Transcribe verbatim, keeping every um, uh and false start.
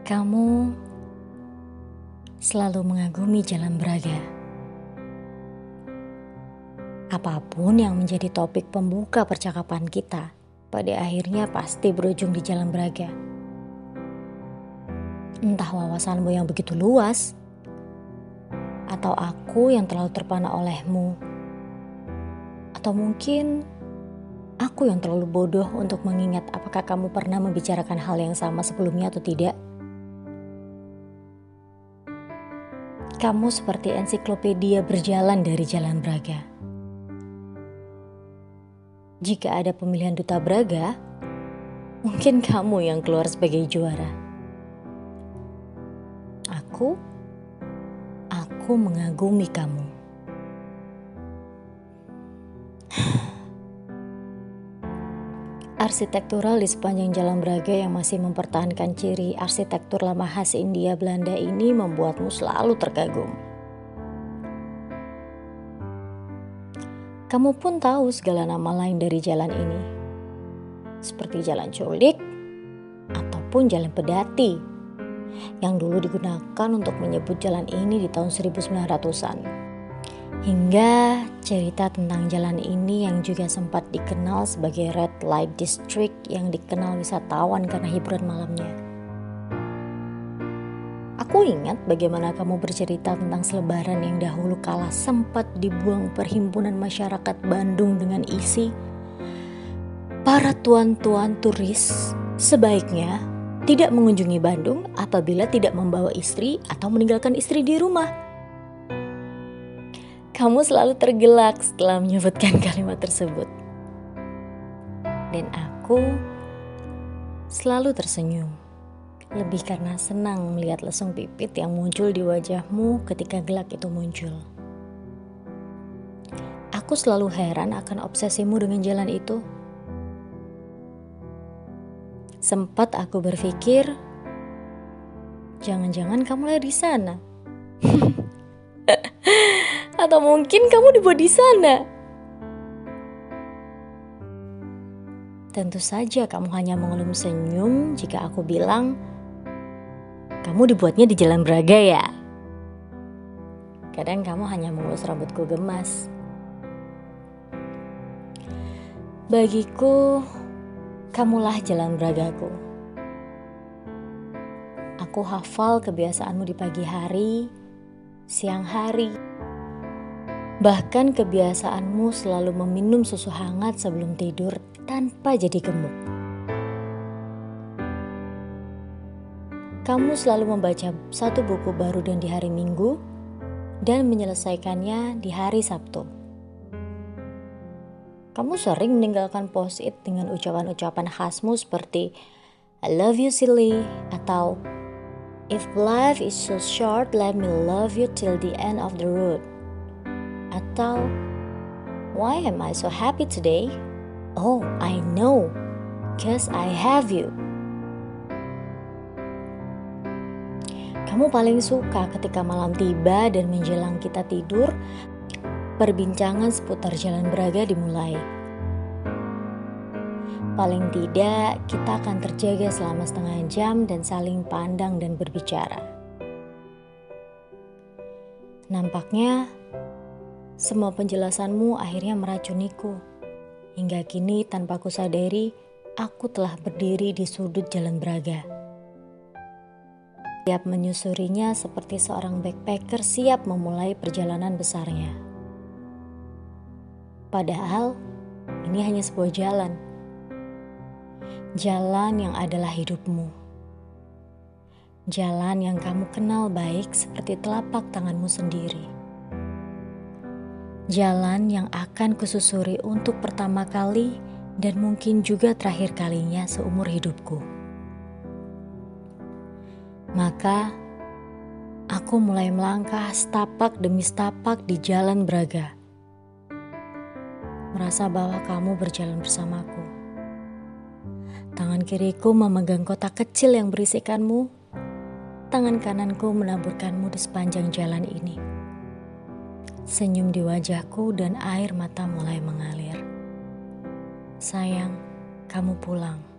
Kamu selalu mengagumi Jalan Braga. Apapun yang menjadi topik pembuka percakapan kita, pada akhirnya pasti berujung di Jalan Braga. Entah wawasanmu yang begitu luas, atau aku yang terlalu terpana olehmu, atau mungkin aku yang terlalu bodoh untuk mengingat apakah kamu pernah membicarakan hal yang sama sebelumnya atau tidak. Kamu seperti ensiklopedia berjalan dari Jalan Braga. Jika ada pemilihan duta Braga, mungkin kamu yang keluar sebagai juara. Aku, aku mengagumi kamu. Arsitektural di sepanjang Jalan Braga yang masih mempertahankan ciri arsitektur lama khas India Belanda ini membuatmu selalu terkagum. Kamu pun tahu segala nama lain dari jalan ini, seperti Jalan Colik ataupun Jalan Pedati, yang dulu digunakan untuk menyebut jalan ini di tahun seribu sembilan ratusan. Hingga cerita tentang jalan ini yang juga sempat dikenal sebagai Red Light District yang dikenal wisatawan karena hiburan malamnya. Aku ingat bagaimana kamu bercerita tentang selebaran yang dahulu kala sempat dibuang Perhimpunan Masyarakat Bandung dengan isi, para tuan-tuan turis sebaiknya tidak mengunjungi Bandung apabila tidak membawa istri atau meninggalkan istri di rumah. Kamu selalu tergelak setelah menyebutkan kalimat tersebut. Dan aku selalu tersenyum. Lebih karena senang melihat lesung pipit yang muncul di wajahmu ketika gelak itu muncul. Aku selalu heran akan obsesimu dengan jalan itu. Sempat aku berpikir, jangan-jangan kamu lagi di sana. Atau mungkin kamu dibuat di sana. Tentu saja kamu hanya mengelum senyum jika aku bilang, kamu dibuatnya di Jalan Braga ya? Kadang kamu hanya mengelus rambutku gemas. Bagiku, kamulah Jalan Bragaku. Aku hafal kebiasaanmu di pagi hari, siang hari. Bahkan kebiasaanmu selalu meminum susu hangat sebelum tidur tanpa jadi gemuk. Kamu selalu membaca satu buku baru dan di hari Minggu dan menyelesaikannya di hari Sabtu. Kamu sering meninggalkan post-it dengan ucapan-ucapan khasmu seperti I love you silly atau if life is so short let me love you till the end of the road. Atau, why am I so happy today? Oh, I know, cause I have you. Kamu paling suka ketika malam tiba dan menjelang kita tidur, perbincangan seputar Jalan Braga dimulai. Paling tidak, kita akan terjaga selama setengah jam dan saling pandang dan berbicara. Nampaknya, semua penjelasanmu akhirnya meracuniku. Hingga kini tanpa kusadari, aku telah berdiri di sudut Jalan Braga. Siap menyusurinya seperti seorang backpacker siap memulai perjalanan besarnya. Padahal, ini hanya sebuah jalan. Jalan yang adalah hidupmu. Jalan yang kamu kenal baik seperti telapak tanganmu sendiri. Jalan yang akan kususuri untuk pertama kali dan mungkin juga terakhir kalinya seumur hidupku. Maka, aku mulai melangkah setapak demi setapak di Jalan Braga. Merasa bahwa kamu berjalan bersamaku. Tangan kiriku memegang kotak kecil yang berisikanmu. Tangan kananku menaburkanmu di sepanjang jalan ini. Senyum di wajahku dan air mata mulai mengalir. Sayang, kamu pulang.